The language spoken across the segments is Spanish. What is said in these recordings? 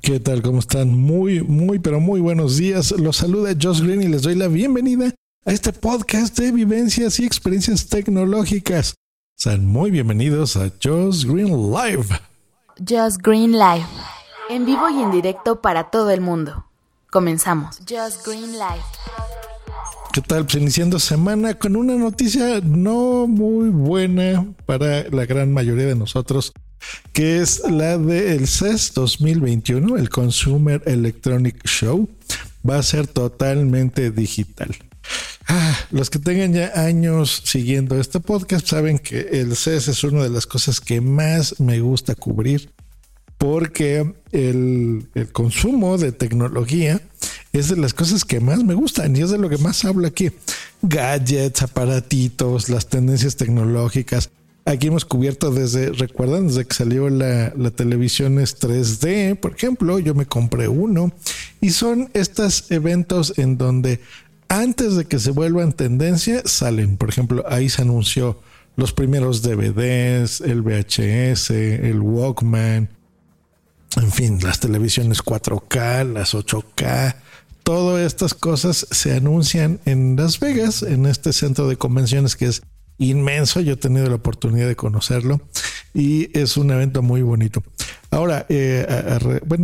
¿Qué tal? ¿Cómo están? Pero muy buenos días. Los saluda Josh Green y les doy la bienvenida a este podcast de vivencias y experiencias tecnológicas. Sean muy bienvenidos a Josh Green Live. Josh Green Live, en vivo y en directo para todo el mundo. Comenzamos. Josh Green Live. ¿Qué tal? Pues iniciando semana con una noticia no muy buena para la gran mayoría de nosotros, que es la del CES 2021, el Consumer Electronic Show. Va a ser totalmente digital. Los que tengan ya años siguiendo este podcast saben que el CES es una de las cosas que más me gusta cubrir, porque el consumo de tecnología es de las cosas que más me gustan y es de lo que más hablo aquí. Gadgets, aparatitos, las tendencias tecnológicas. Aquí hemos cubierto recuerdan, desde que salió la televisión 3D, por ejemplo, yo me compré uno, y son estos eventos en donde antes de que se vuelvan tendencia salen. Por ejemplo, ahí se anunció los primeros DVDs, el VHS, el Walkman, en fin, las televisiones 4K, las 8K. Todas estas cosas se anuncian en Las Vegas, en este centro de convenciones que es inmenso. Yo he tenido la oportunidad de conocerlo y es un evento muy bonito. Ahora, a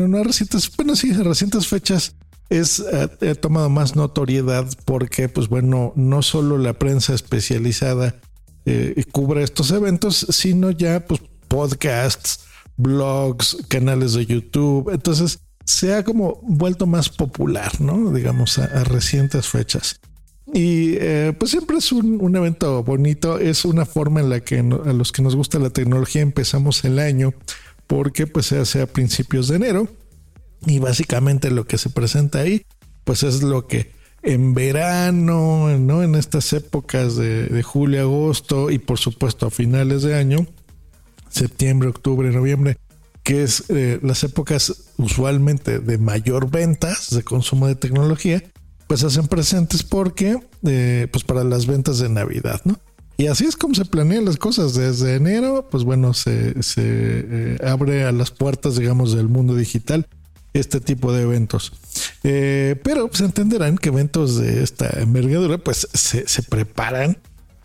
recientes fechas he tomado más notoriedad porque, pues bueno, no solo la prensa especializada cubre estos eventos, sino ya pues podcasts, blogs, canales de YouTube. Entonces se ha como vuelto más popular, ¿no? Digamos, a recientes fechas. Y pues siempre es un evento bonito. Es una forma en la que a los que nos gusta la tecnología empezamos el año, porque pues se hace a principios de enero y básicamente lo que se presenta ahí pues es lo que en verano, ¿no? En estas épocas de julio, agosto y por supuesto a finales de año, septiembre, octubre, noviembre, que es las épocas usualmente de mayor ventas de consumo de tecnología, pues hacen presentes porque pues para las ventas de Navidad, ¿no? Y así es como se planean las cosas. Desde enero, pues bueno, se abre a las puertas, digamos, del mundo digital este tipo de eventos. Pero pues entenderán que eventos de esta envergadura pues se preparan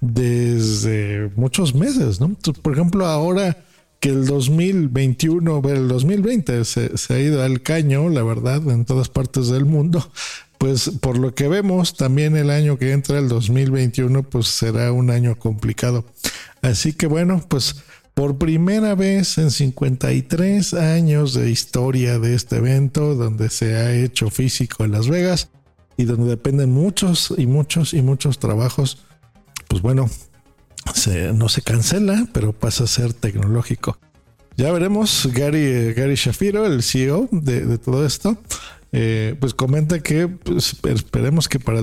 desde muchos meses, ¿no? Entonces, por ejemplo, ahora que el 2021, el 2020 se ha ido al caño, la verdad, en todas partes del mundo, pues por lo que vemos, también el año que entra, el 2021, pues será un año complicado. Así que bueno, pues por primera vez en 53 años de historia de este evento, donde se ha hecho físico en Las Vegas y donde dependen muchos trabajos, pues bueno, no se cancela, pero pasa a ser tecnológico. Ya veremos. Gary Shapiro, el CEO de todo esto, pues comenta que pues, esperemos que para el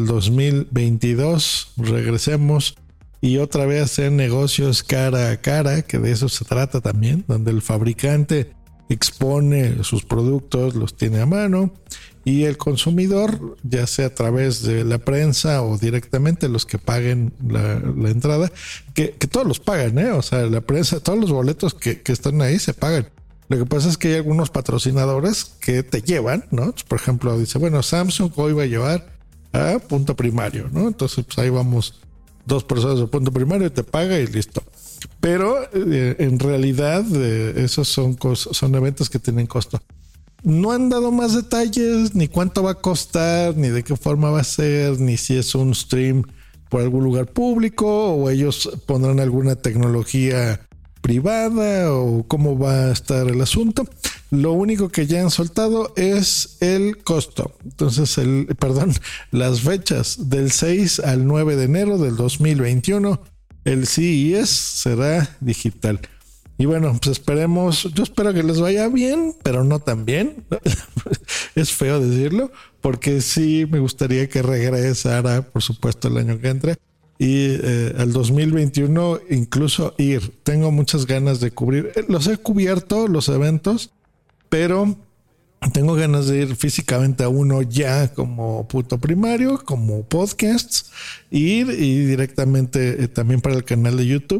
2022 regresemos y otra vez hacer negocios cara a cara, que de eso se trata también, donde el fabricante expone sus productos, los tiene a mano, y el consumidor, ya sea a través de la prensa o directamente los que paguen la entrada, que todos los pagan, o sea, la prensa, todos los boletos que están ahí se pagan. Lo que pasa es que hay algunos patrocinadores que te llevan, ¿no? Por ejemplo, dice, bueno, Samsung hoy va a llevar a Punto Primario, ¿no? Entonces, pues ahí vamos 2 personas de Punto Primario y te paga y listo. Pero en realidad esos son eventos que tienen costo. No han dado más detalles, ni cuánto va a costar, ni de qué forma va a ser, ni si es un stream por algún lugar público o ellos pondrán alguna tecnología privada o cómo va a estar el asunto. Lo único que ya han soltado es el costo. Entonces, las fechas del 6 al 9 de enero del 2021, el CES será digital. Y bueno, pues yo espero que les vaya bien, pero no tan bien. Es feo decirlo, porque sí me gustaría que regresara, por supuesto, el año que entra. Y al 2021 incluso ir. Tengo muchas ganas de cubrir. Los he cubierto, los eventos, pero tengo ganas de ir físicamente a uno ya como Punto Primario, como podcasts, ir y directamente también para el canal de YouTube.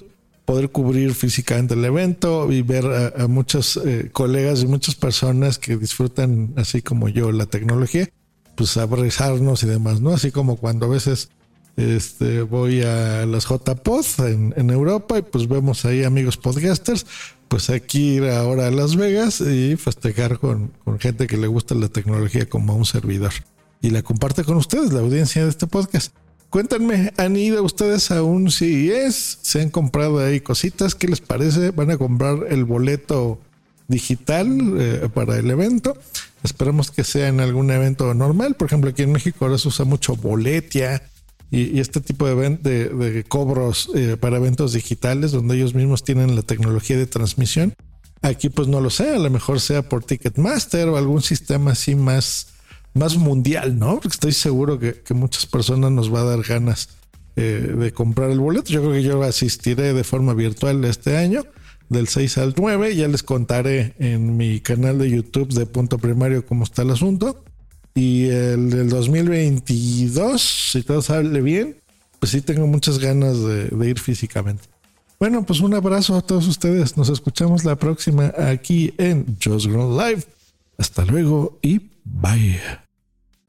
poder cubrir físicamente el evento y ver a muchos colegas y muchas personas que disfrutan, así como yo, la tecnología, pues abrazarnos y demás, ¿no? Así como cuando a veces voy a las JPod en Europa y pues vemos ahí amigos podcasters, pues aquí ir ahora a Las Vegas y festejar con gente que le gusta la tecnología como a un servidor y la comparte con ustedes, la audiencia de este podcast. Cuéntenme, ¿han ido ustedes a un CES? ¿Se han comprado ahí cositas? ¿Qué les parece? ¿Van a comprar el boleto digital para el evento? Esperemos que sea en algún evento normal. Por ejemplo, aquí en México ahora se usa mucho Boletia y este tipo de cobros para eventos digitales donde ellos mismos tienen la tecnología de transmisión. Aquí pues no lo sé, a lo mejor sea por Ticketmaster o algún sistema así más mundial, ¿no? Porque estoy seguro que muchas personas nos va a dar ganas de comprar el boleto. Yo creo que yo asistiré de forma virtual este año, del 6 al 9. Ya les contaré en mi canal de YouTube de Punto Primario cómo está el asunto. Y el del 2022, si todo sale bien, pues sí tengo muchas ganas de ir físicamente. Bueno, pues un abrazo a todos ustedes. Nos escuchamos la próxima aquí en Just Grown Live. Hasta luego y bye.